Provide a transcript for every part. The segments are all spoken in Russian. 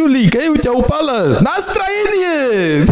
Юлик, у тебя упало настроение.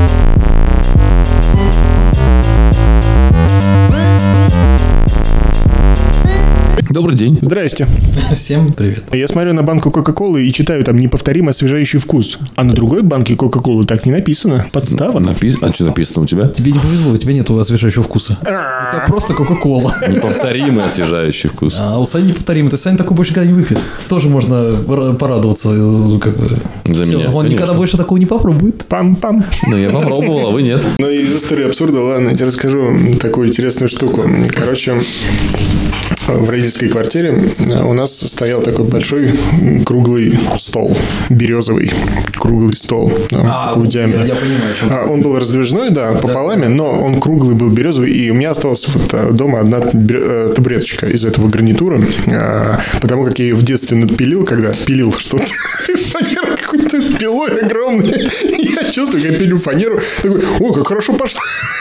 Добрый день. Здрасте. Всем привет. Я смотрю на банку Кока-Колы и читаю там неповторимо освежающий вкус. А на другой банке Кока-Колы так не написано. Подстава. А что написано у тебя? Тебе не повезло, у тебя нет освежающего вкуса. У тебя просто Кока-Кола. Неповторимый освежающий вкус. А у Сани неповторимый. То есть Саня такой больше никогда не выпьет. Тоже можно порадоваться. Как бы. За Всё, меня. он конечно. никогда больше такого не попробует. Пам-пам. Ну, я попробовал, а вы нет. Ну, из истории абсурда, ладно, я тебе расскажу такую интересную штуку. Короче, в родительской квартире у нас стоял такой большой круглый стол. Березовый круглый стол. Такого диаметра. Я понимаю, о чем. Он был раздвижной, да, пополами, но он круглый был, березовый. И у меня осталась вот дома одна табуреточка из этого гарнитура. Потому как я ее в детстве надпилил, когда пилил что-то. Фанеру какой-то пилой огромной. Я чувствую, как я пилю фанеру. Такой, о, как хорошо пошло.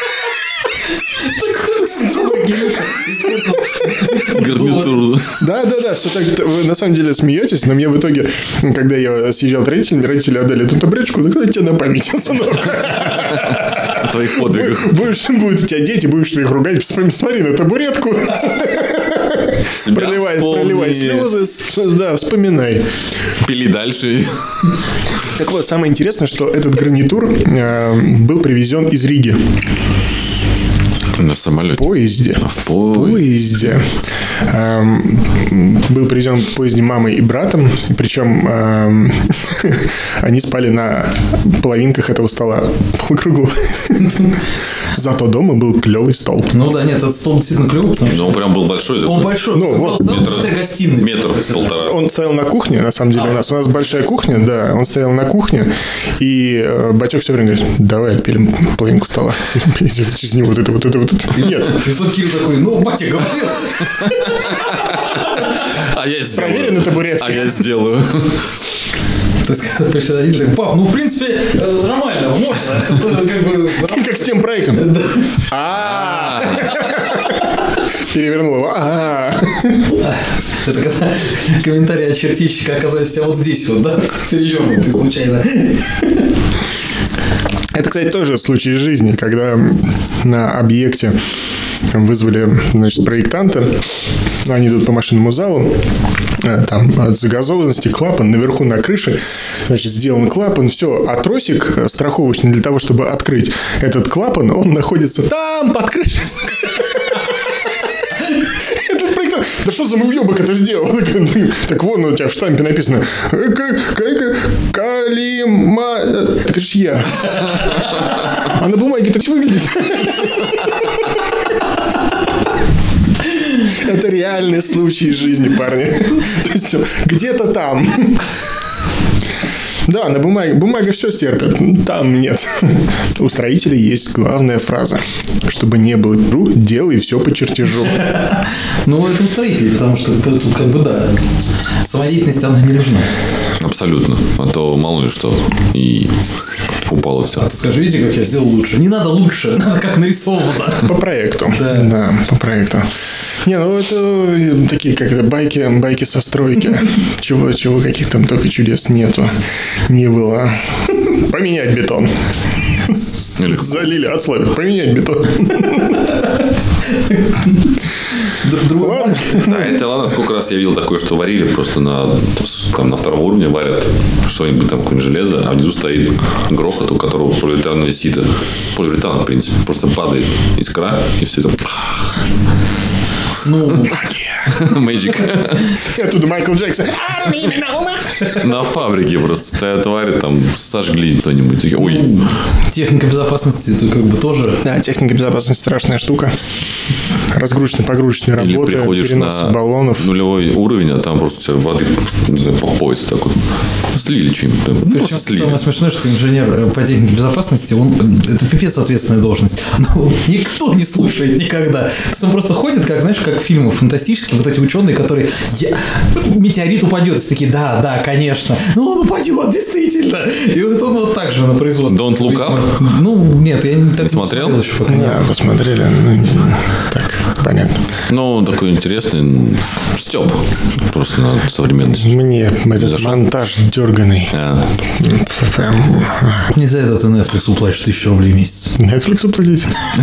Гарнитуру. Да, все так. Вы на самом деле смеетесь, но мне в итоге, когда я съезжал к родителям, родители отдали эту табуреточку, ну, когда тебе на память, сынок. О твоих подвигах. Будут у тебя дети, будешь их ругать, смотри на табуретку. Проливай слезы, да, вспоминай. Пили дальше. Так вот, самое интересное, что этот гарнитур был привезен из Риги. На самолете. В поезде. В поезде. Был привезен в поезде мамой и братом. Причем они спали на половинках этого стола полукруглого. Зато дома был клевый стол. Ну да, нет, этот стол действительно клевый, потому что... Ну, он прям был большой. Он большой. Ну, вот. В центре гостиной. Метр полтора. Он стоял на кухне, на самом деле. У нас большая кухня, да. Он стоял на кухне. И батек все время говорит, давай отпилим половинку стола. Через него вот это. Нет. И тут Кирилл такой, ну, батя говорил. А я сделаю. Проверь на табуретке. А я сделаю. То есть, когда пришли родители, так, пап, ну, в принципе, нормально, можно. Это как бы... Как с тем проектом. Перевернул его. Это когда комментарии от чертильщика оказались у тебя вот здесь вот, да? Перевернутый случайно. Это, кстати, тоже случай из жизни, когда на объекте вызвали, значит, проектанта. Они идут по машинному залу. Там от загазованности клапан наверху на крыше. Значит, сделан клапан, все. А тросик страховочный для того, чтобы открыть этот клапан, он находится там, под крышей. Этот проектант, да что за уебок это сделал? Так вон у тебя в штампе написано Калима. Это, конечно, я. А на бумаге так выглядит. Это реальный случай из жизни, парни. То есть, где-то там. Да, на бумага все стерпит. Там нет. У строителей есть главная фраза. Чтобы не было делай все по чертежу. Ну, это у строителей, потому что тут как бы да. Самодеятельность, она не нужна. Абсолютно. А то мало ли что. И упало все. А ты скажи, видите, как я сделал лучше? Не надо лучше, надо как нарисовано. По проекту. Да, по проекту. Не, ну это такие, как это, байки со стройки. Чего каких там только чудес нету. Не было. Поменять бетон. Залили, отслабили. Поменять бетон. Другой. Да, это ладно, сколько раз я видел такое, что варили просто на втором уровне варят что-нибудь там, какое-нибудь железо, а внизу стоит грохот, у которого полиуретановое сито. Полиуретан, в принципе, просто падает искра, и все это... Ну, Мэджик. Оттуда Майкл Джексон. На фабрике просто стоят варят, там сожгли кто-нибудь. Ой. техника безопасности, это как бы тоже... Да, техника безопасности страшная штука. Разгрузочно-погрузочные работы, Или приходишь перенос на баллонов. нулевой уровень, а там просто у тебя воды, не знаю, по пояс так вот. Слили чем-то. Причем самое смешное, что инженер по технике безопасности, это пипец ответственная должность. Но никто не слушает никогда. То есть он просто ходит, как, знаешь, как в фильмах фантастических, вот эти ученые, которые метеорит упадет, и такие, да, конечно. Ну, он упадет, действительно. И вот он вот так же на производстве. Don't Look Up? Ну, нет, я не так не смотрел еще пока. Да, посмотрели. Так. Понятно. Ну, он такой интересный. Стёб. Просто на современность. Мне этот монтаж дерганый. Прям... Не за это ты Netflix уплатишь 1000 рублей в месяц. Netflix уплатить?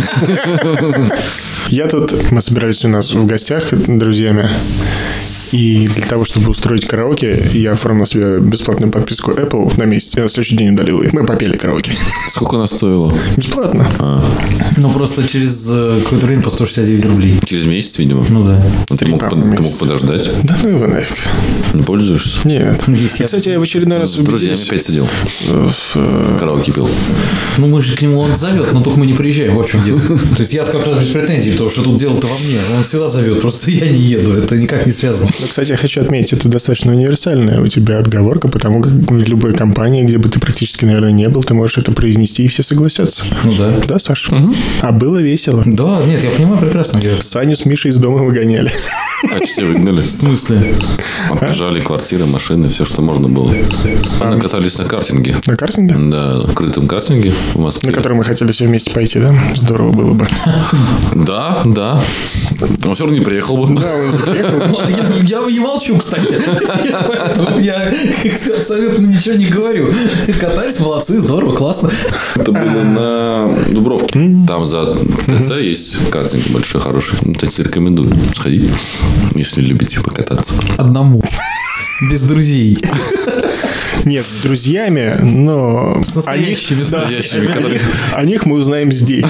Мы собирались у нас в гостях с друзьями. И для того, чтобы устроить караоке, я оформил себе бесплатную подписку Apple на месяц. И на следующий день удалил ее. Мы попели караоке. Сколько она стоила? Бесплатно. Ну, просто через какое-то время по 169 рублей. Через месяц, видимо. Ну, да. Ты мог подождать. Да ну его нафиг. Не пользуешься? Нет. Если Кстати, я в очередной раз С друзьями опять сидел. Караоке пил. Ну, мы же к нему он зовет, но только мы не приезжаем, вот в чем дело. То есть я как раз без претензий, потому что тут дело-то во мне. Он всегда зовет, просто я не еду. Это никак не связано. Но, кстати, я хочу отметить, это достаточно универсальная у тебя отговорка, потому как в любой компании, где бы ты практически, наверное, не был, ты можешь это произнести, и все согласятся. Ну да. Да, Саша? Угу. А было весело. Да, нет, я понимаю прекрасно. Саню с Мишей из дома выгоняли. Почти выгнали. В смысле? Отжали квартиры, машины, все, что можно было. Мы катались на картинге. На картинге? Да, в крытом картинге в Москве. На который мы хотели все вместе пойти, да? Здорово было бы. Да. Он все равно не приехал бы. Да, он не приехал. Я не молчу, кстати. Поэтому я абсолютно ничего не говорю. Катались, молодцы, здорово, классно. Это было на Дубровке. Там за ТЦ есть картинг большой, хороший. Кстати, рекомендую сходить, если любите покататься. Одному. Без друзей. Нет, с друзьями, но с настоящими, которые... О них мы узнаем здесь.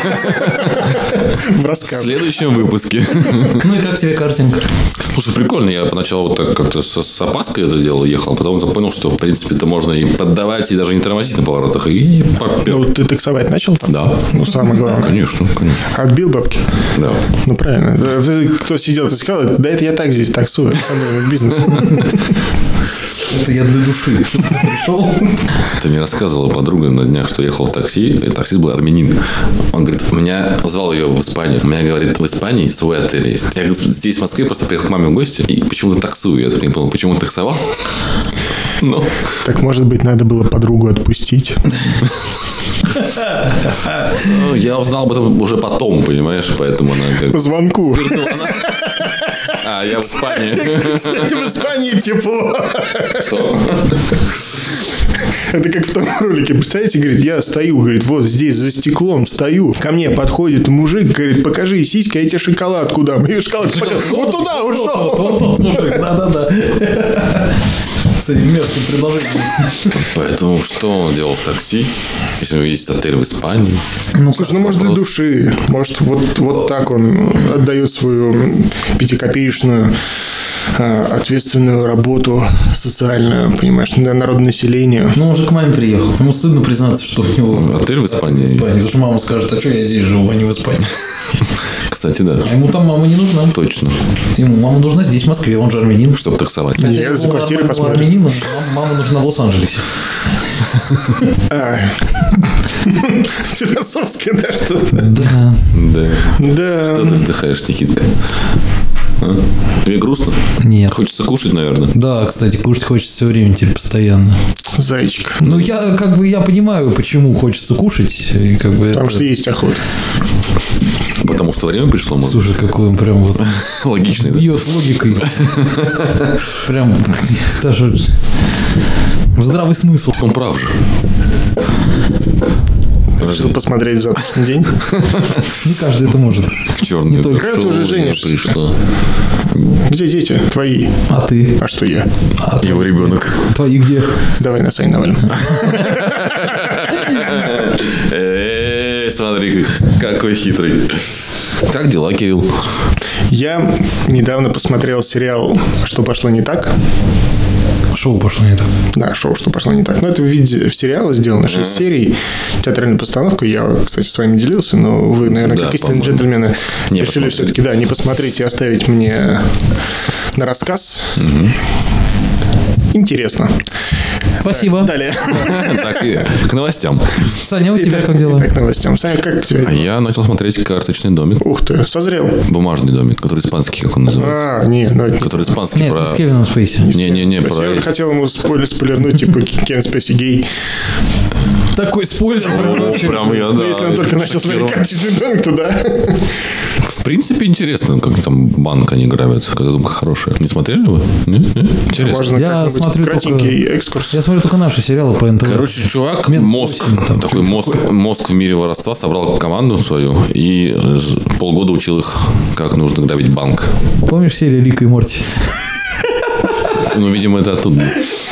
В В рассказе. следующем выпуске. Ну и как тебе картинг? Слушай, прикольно. Я поначалу вот так как-то с опаской это дело ехал, а потом понял, что, в принципе, это можно и поддавать, и даже не тормозить на поворотах. И попёр. Ну, ты таксовать начал там? Да. Ну, самое главное. Конечно. Отбил бабки? Да. Ну, правильно. Кто сидел, ты сказал, да это я так здесь таксую. Это самый бизнес. Это я для души пришел. Ты мне рассказывала подруга на днях, что ехал в такси, и таксист был армянин. Он говорит, меня звал ее в Испанию. У меня, говорит, в Испании свой отель есть. Я, говорит, здесь, в Москве, просто приехал к маме в гости и почему-то таксую. Я так не понял, почему он таксовал? Ну. Так, может быть, надо было подругу отпустить? Ну, я узнал об этом уже потом, понимаешь, поэтому она как... По звонку. А, я в Испании. Кстати, в Испании тепло. Что? Это как в том ролике. Представляете, говорит, я стою, говорит, вот здесь за стеклом стою. Ко мне подходит мужик, говорит, покажи сиськи, а я тебе шоколадку дам. И шоколад вот туда ушел. Вот мужик, да. С этим мерзким предложением. Поэтому что он делал в такси, если у него есть отель в Испании? Ну, слушай, может, для души. Может, вот так он отдает свою 5-копеечную ответственную работу социальную, понимаешь, для народонаселения. Ну, он же к маме приехал. Ему стыдно признаться, что у него... Отель в Испании. Потому что мама скажет, а что я здесь живу, а не в Испании. Кстати, да. А ему там мама не нужна. Точно. Ему мама нужна здесь, в Москве, он же армянин. Чтобы таксовать. Нет, за квартирой посмотришь. Армянина, мама нужна в Лос-Анджелесе. Философское, да, что-то? Да. Да. Что ты вздыхаешь, Никитка? А? Тебе грустно? Нет. Хочется кушать, наверное. Да, кстати, кушать хочется все время, теперь постоянно. Зайчик. Ну, я понимаю, почему хочется кушать. И Потому что есть охота. Потому что время пришло, может. Слушай, какой он прям вот Логичный, да? бьет логикой. Прям даже в здравый смысл. Он прав же. Решил посмотреть завтрашний день. Не каждый это может. Черный. Не только. Когда ты уже женишься? Пришло. Где дети? Твои. А ты? А что я? Его ребенок. Твои где? Давай на Сань навалим. Смотри, какой хитрый. Как дела, Кирилл? Я недавно посмотрел сериал «Что пошло не так». Шоу пошло не так. Да, шоу «Что пошло не так». Но это в сериале сделано 6 серий. Театральную постановку. Я, кстати, с вами делился, но вы, наверное, Да, как истинные по-моему. джентльмены, Не решили посмотрели. все-таки, да, не посмотреть и оставить мне на рассказ. Интересно. Спасибо. Далее. Так, и к новостям. Саня, у тебя как дела? Итак, новостям. Саня, как у тебя? А я начал смотреть «Карточный домик». Ух ты, созрел. Бумажный домик, который испанский, как он называется. Ну это... Который испанский Нет, про... не с Кевином Спейси. Не-не-не, Я про... уже хотел ему спойлернуть, типа Кен Спейси гей. Такой спойлер. О, прям я, да. Ну, если он только начал смотреть шокирован. «Карточный домик», то да. В принципе, интересно, как там банк они грабят. Задумка хорошая. Не смотрели вы? Нет? Интересно. Можно Я смотрю кратенький экскурс. Я смотрю только наши сериалы по НТВ. Короче, чувак, Мент мозг 8, там, такой мозг в мире воровства, собрал команду свою и полгода учил их, как нужно грабить банк. Помнишь серию Рика и Морти? Ну, видимо, это оттуда.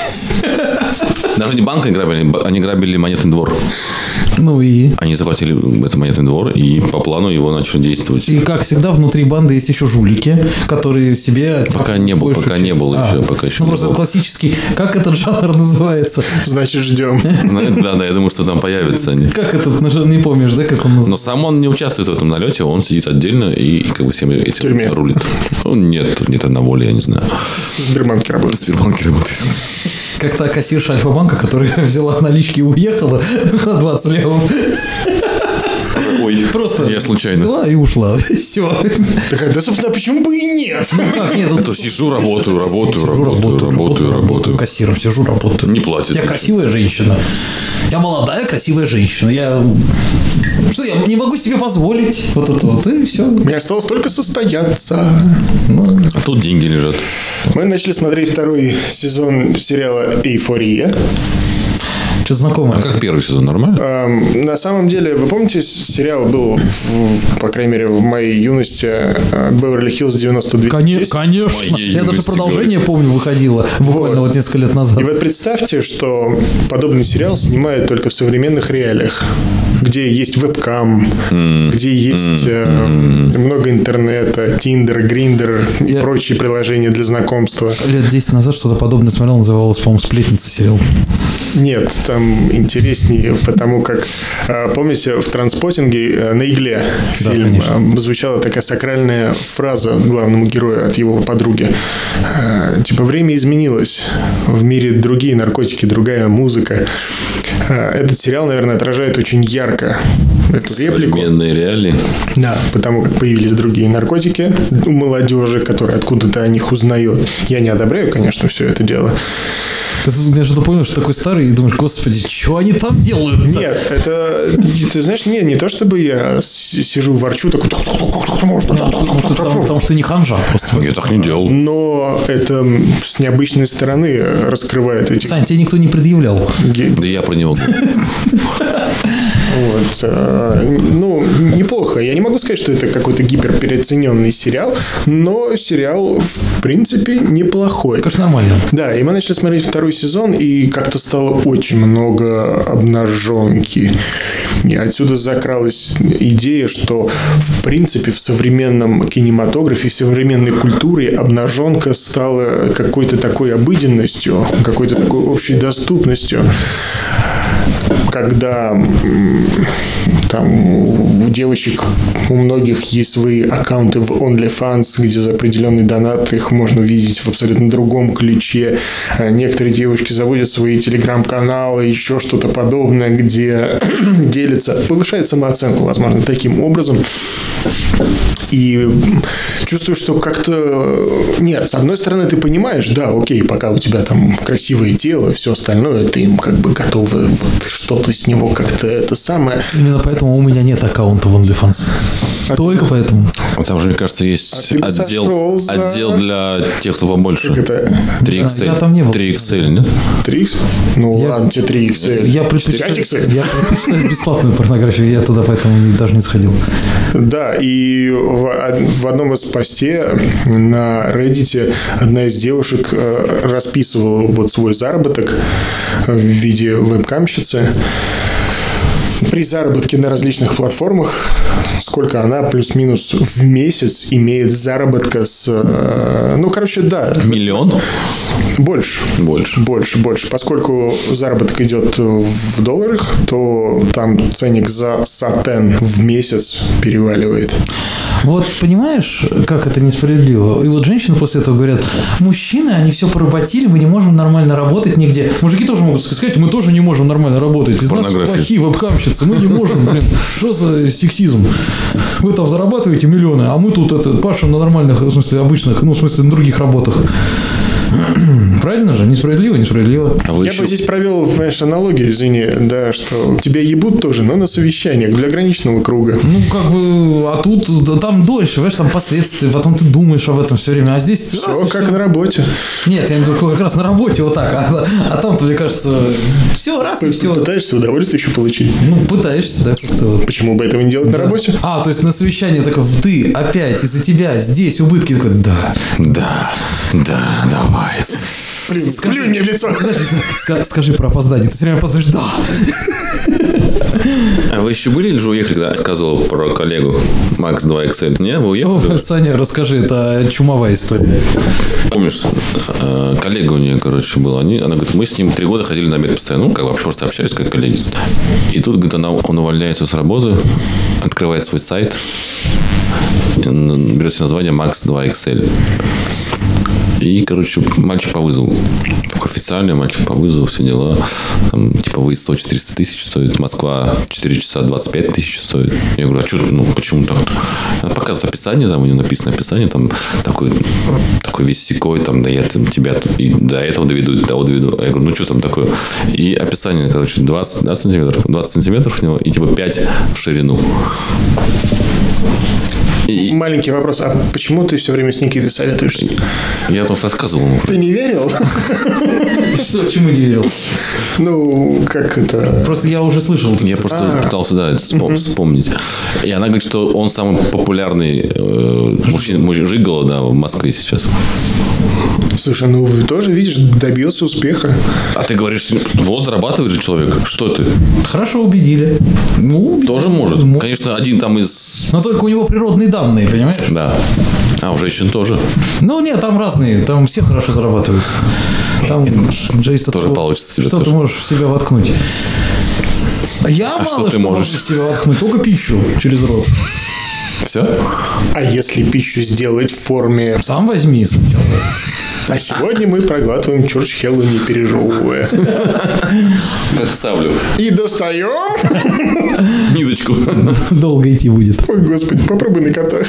Даже не банк они грабили монетный двор. Ну и... Они захватили этот монетный двор и по плану его начали действовать. И, как всегда, внутри банды есть еще жулики, которые себе... Пока не было еще. Пока еще ну, не просто было. классический... Как этот жанр называется? Значит, ждем. Да, я думаю, что там появятся они. Как этот... Не помнишь, да, как он называется? Но сам он не участвует в этом налете, он сидит отдельно и как бы всем этим рулит. Ну, нет, на воле, я не знаю. В Сбербанке работает. В Сбербанке работает. Как та кассирша Альфа-банка, которая взяла налички и уехала на 20 левов. Ой, Просто я случайно. взяла и ушла. Все. Так, да, собственно, почему бы и нет? Ну как, нет, То сижу, работаю. Кассиром сижу, работаю. Не платят. Я красивая женщина. Я молодая, красивая женщина. Я не могу себе позволить вот это вот, и все. Мне осталось только состояться. А тут деньги лежат. Мы начали смотреть второй сезон сериала «Эйфория». Что-то знакомое. А как первый сезон? Нормально? На самом деле, вы помните, сериал был, по крайней мере, в моей юности «Беверли-Хиллз 90210». Конечно. Я даже продолжение помню выходило буквально вот несколько лет назад. И вот представьте, что подобный сериал снимают только в современных реалиях, где есть вебкам, где есть много интернета, Тиндер, Гриндер и прочие приложения для знакомства. Лет 10 назад что-то подобное смотрел, называлось, по-моему, «Сплетница» сериал. Нет, там интереснее, потому как, помните, в «Транспотинге» на игле фильм звучала такая сакральная фраза главному герою от его подруги. Типа, время изменилось, в мире другие наркотики, другая музыка. Этот сериал, наверное, отражает очень ярко эту реплику. Современные реалии. Да, потому как появились другие наркотики у молодежи, которая откуда-то о них узнает. Я не одобряю, конечно, все это дело. Ты что-то понял, что такой старый, и думаешь, господи, что они там делают? Нет, это, ты знаешь, не то чтобы я сижу, ворчу, такой, как можно? Потому что не ханжа просто. Я так не делал. Но это с необычной стороны раскрывает эти... Сань, тебе никто не предъявлял. Да я про него говорю. Вот. Ну, неплохо. Я не могу сказать, что это какой-то гиперпереоцененный сериал, но сериал, в принципе, неплохой. Кажется, нормально. Да, и мы начали смотреть второй сезон, и как-то стало очень много обнаженки. И отсюда закралась идея, что, в принципе, в современном кинематографе, в современной культуре обнаженка стала какой-то такой обыденностью, какой-то такой общей доступностью. Когда там у девочек, у многих есть свои аккаунты в OnlyFans, где за определенный донат их можно видеть в абсолютно другом ключе. Некоторые девушки заводят свои телеграм-каналы, еще что-то подобное, где делятся, повышает самооценку, возможно, таким образом. И чувствую, что как-то... Нет, с одной стороны, ты понимаешь, да, окей, пока у тебя там красивое тело, все остальное, ты им как бы готовы вот что-то с него как-то это самое. Именно поэтому у меня нет аккаунта в OnlyFans. Только поэтому. Вот там же, мне кажется, есть отдел для тех, кто побольше. Как это? 3XL. Я там не был. 3XL, нет? 3X? Ну ладно, тебе 3XL. Я предпочитаю бесплатную порнографию, я туда поэтому даже не сходил. Да, и в одном из постей на Reddit одна из девушек расписывала вот свой заработок в виде вебкамщицы. При заработке на различных платформах, сколько она плюс-минус в месяц имеет заработка с... Ну, короче, да. Миллион? Больше. Поскольку заработок идет в долларах, то там ценник за сатен в месяц переваливает. Вот понимаешь, как это несправедливо? И вот женщины после этого говорят, мужчины, они все поработили, мы не можем нормально работать нигде. Мужики тоже могут сказать, мы тоже не можем нормально работать. Из нас плохие вебкамщицы, мы не можем, блин. Что за сексизм? Вы там зарабатываете миллионы, а мы тут пашем на нормальных, в смысле, обычных, ну, в смысле, на других работах. Правильно же? Несправедливо. А вы Я еще... бы здесь провел, понимаешь, аналогию, извини, да, что тебя ебут тоже, но на совещаниях для ограниченного круга. Ну, как бы, а тут там дольше, понимаешь, там последствия, потом ты думаешь об этом все время, а здесь... Все как на работе. Нет, я имею в виду как раз на работе вот так, а там-то, мне кажется, все, раз и все. Пытаешься удовольствие еще получить. Ну, пытаешься, да, как-то вот. Почему бы этого не делать на работе? А, то есть на совещании такой, ты опять из-за тебя здесь убытки, такой, да. Да, давай. Плюнь мне в лицо. Скажи про опоздание, ты все время опоздаешь, да. А вы еще были или же уехали, когда я сказал про коллегу Max 2 XL? Не, вы уехали? Саня, расскажи, это чумовая история. Помнишь, коллега у нее, короче, был. Она говорит, мы с ним 3 года ходили на обед постоянно. Ну, как вообще просто общались, как коллеги. И тут, говорит, он увольняется с работы, открывает свой сайт, берет себе название Max 2 XL. И, короче, мальчик по вызову. Такой официальный мальчик по вызову, все дела. Там, типа, выезд 100-400 тысяч стоит. Москва 4 часа 25 тысяч стоит. Я говорю, а что, почему так-то? Она показывает описание, там у нее написано описание, там такой весь секой, там, да я тебя и до этого доведу, до того доведу. А я говорю, что там такое? И описание, короче, 20 сантиметров у него и типа 5 в ширину. Маленький вопрос. А почему ты все время с Никитой советуешься? Я там рассказывал ему. Ты не верил? Что, чему не верил? Ну, как это... Просто я уже слышал. Я просто пытался, да, вспомнить. И она говорит, что он самый популярный жигало, да, в Москве сейчас. Слушай, ну вы тоже, видишь, добился успеха. А ты говоришь, вот зарабатывает же человек. Что ты? Хорошо убедили. Ну, Тоже может. Конечно, один там из... Но только у него природные данные, понимаешь? Да. А у женщин тоже. Ну, нет, там разные. Там все хорошо зарабатывают. Там зависит от тоже того, получится тебе что тоже. ты можешь в себя воткнуть. Я мало что ты что можешь? могу в себя воткнуть. Только пищу через рот. Все? А если пищу сделать в форме... Сам возьми сначала. А сегодня мы проглатываем чурчхеллу, не пережевывая. Как саблю. И достаем... Низочку. Долго идти будет. Ой, господи, попробуй на котах.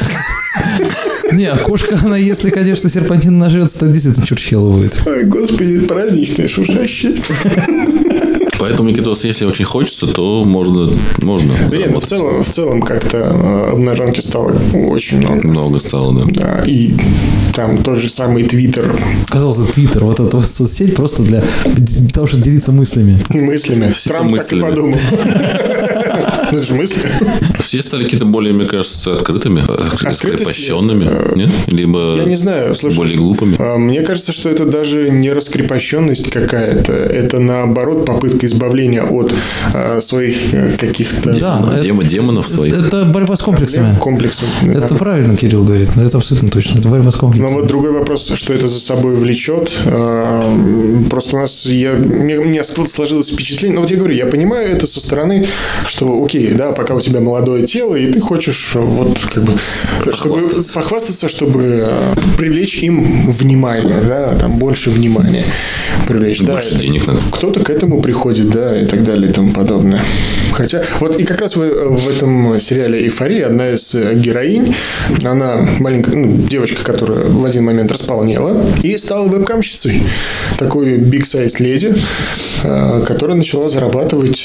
Не, кошка, она, если, конечно, серпантин нажрется, то действительно чурчхелла будет. Ой, господи, праздничное, шуршащее. Поэтому, Никита, если очень хочется, то можно. Да нет, в целом как-то обнаженки стало очень много. Много стало, да. Да, и там тот же самый Твиттер. Казалось, Твиттер, вот эта соцсеть просто для того, чтобы делиться мыслями. Мыслями. Все Трамп мыслями. так и подумал. Ну, это же мысли. Все стали какие-то более, мне кажется, открытыми, раскрепощенными. Нет? Либо Я не знаю, слушай, более глупыми. Мне кажется, что это даже не раскрепощенность какая-то. Это, наоборот, попытка избавления от своих каких-то Да, демонов своих. это борьба с комплексами. комплексов. Это правильно Кирилл говорит. Это абсолютно точно. Это борьба с Но комплексами. вот другой вопрос, что это за собой влечет. Просто у нас мне сложилось впечатление. Ну, вот я говорю, я понимаю это со стороны, что окей, да, пока у тебя молодое тело, и ты хочешь вот как бы чтобы похвастаться, чтобы привлечь им внимание, да, там больше внимания привлечь. Больше денег надо. Кто-то к этому приходит, да, и так далее и тому подобное. Хотя, вот и как раз в этом сериале «Эйфория» одна из героинь, она маленькая, девочка, которая в один момент располнела и стала вебкамщицей. Такой big size леди, которая начала зарабатывать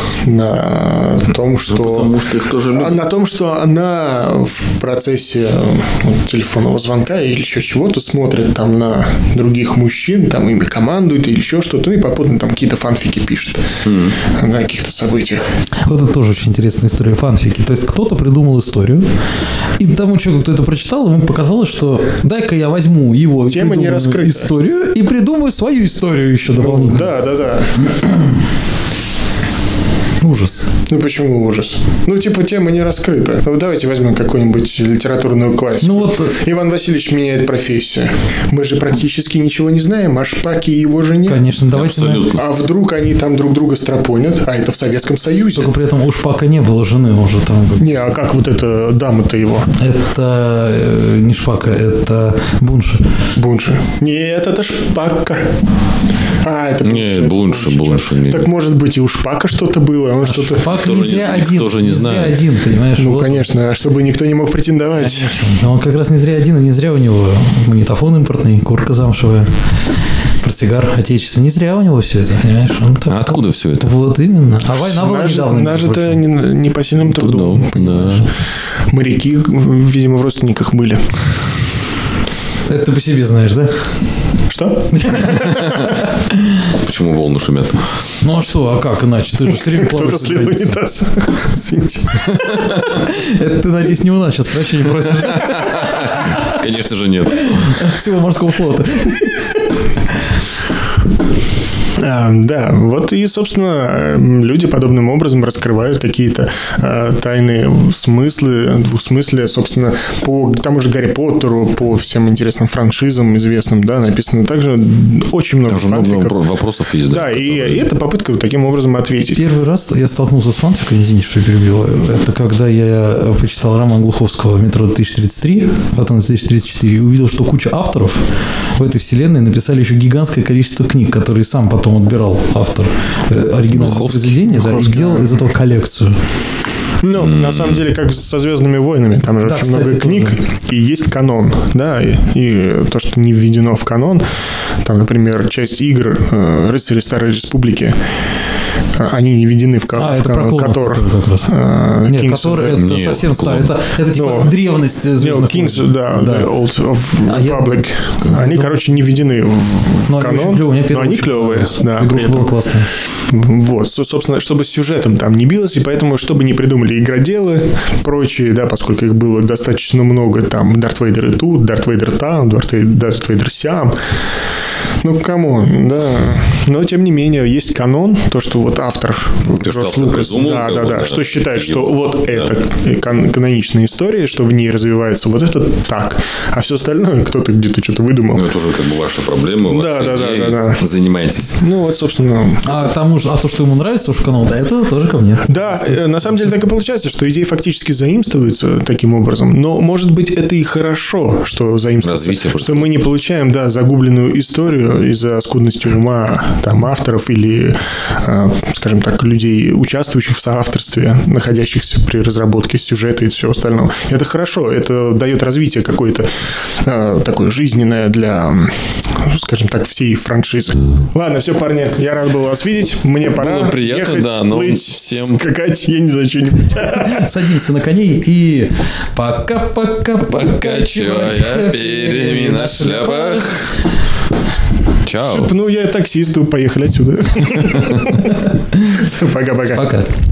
на том, что... Потому что их тоже любят. На том, что она в процессе телефонного звонка или еще чего-то смотрит там на других мужчин, там ими командует или еще что-то, и попутно там какие-то фанфики пишет на каких-то событиях. Вот это тоже очень интересная история, фанфики. То есть кто-то придумал историю, и тому человеку, кто это прочитал, ему показалось, что дай-ка я возьму его Тема не раскрыта. историю и придумаю свою историю еще дополнительно. Да. Ужас. Ну, почему ужас? Ну, типа, тема не раскрыта. Ну, давайте возьмем какую-нибудь литературную классику. Ну, вот... Иван Васильевич меняет профессию. Мы же практически ничего не знаем о Шпаке и его жене. Конечно, давайте... А вдруг они там друг друга стропонят? А это в Советском Союзе. Только при этом у Шпака не было жены, он же там... Не, а как вот эта дама-то его? Это не Шпака, это Бунша. Бунша. Нет, это Шпака. А, это Бунша. Не, Бунша. Так, может быть, и у Шпака что-то было. Он что-то... Пак не Тоже зря не- один. тоже не зря знает. один, понимаешь? Ну, Вот. конечно, чтобы никто не мог претендовать. Но он как раз не зря один, и не зря у него магнитофон импортный, куртка замшевая, портсигар отечественный. Не зря у него все это, понимаешь? Он так- А откуда все это? Вот именно. А война была недавно. между Нажито прочим. не по сильным трудом. Да. Моряки, видимо, в родственниках были. Это ты по себе знаешь, да? Что? Почему волны шумят? Ну а что, а как иначе? Ты же все время Кто-то плаваешь. слил унитаз. Извините. Это ты, надеюсь, не у нас сейчас прощения просишь. Конечно же нет. Всего морского флота. Да, вот и, собственно, люди подобным образом раскрывают какие-то тайные смыслы, двухсмыслия, собственно, по тому же Гарри Поттеру, по всем интересным франшизам известным, да, написано также очень много Там же много фанфиков. вопросов есть. Да, и это попытка вот таким образом ответить. Первый раз я столкнулся с фанфиком, извините, что я перебил. Это когда я почитал роман Глуховского «Метро 2033», потом 2034, и увидел, что куча авторов в этой вселенной написали еще гигантское количество книг, которые сам потом отбирал автор оригинального Глуховский. произведения, да, и делал из этого коллекцию. Ну, на самом деле, как со «Звездными войнами», там же Да, очень кстати, много книг, тоже. и есть канон, да, и то, что не введено в канон, там, например, часть игр «Рыцари Старой Республики», они не введены в канон. Это про клонов, которые как раз. Нет, Kings, который да. это Нет, совсем старый. клон. Это типа Ну, древность Ну, «Звездных Kings, войн». да, The Old of А я- Republic, они, это- короче, не введены в Но они канон, очень клевые, мне но первый они очень клевые, понравился. да. при Игруха этом. была классная. Вот, собственно, чтобы с сюжетом там не билось, и поэтому, чтобы не придумали игроделы, прочие, да, поскольку их было достаточно много, там, Дарт Вейдер и тут, Дарт Вейдер там, Дарт Вейдер сям. Ну, камон, да. Но, тем не менее, есть канон, то, что вот автор... То, что Джордж автор Лукас, придумал, да, как да, бы, да, да, что считает, что его, вот да. это каноничная история, что в ней развивается вот это так, а все остальное кто-то где-то что-то выдумал. Ну, это уже как бы ваша проблема. Да, ваши да, идеи. да. Занимайтесь. Ну, вот, собственно... А то, что ему нравится, то, что канал, да, это тоже ко мне. Да, на самом деле так и получается, что идеи фактически заимствуются таким образом. Но, может быть, это и хорошо, что заимствуются. Развитие Что мы не получаем, да, загубленную историю из-за скудности ума там, авторов или, скажем так, людей, участвующих в соавторстве, находящихся при разработке сюжета и всего остального. Это хорошо, это дает развитие какое-то такое жизненное для, скажем так, всей франшизы. Ладно, все, парни, я рад был вас видеть. Мне пора Было приятно, ехать, да, но плыть, всем- скакать, я не знаю, что-нибудь. Садимся на коней и пока-пока. Покачивая перьями на шляпах. Чао. Ну, я таксисту, поехали отсюда. Пока-пока. Пока.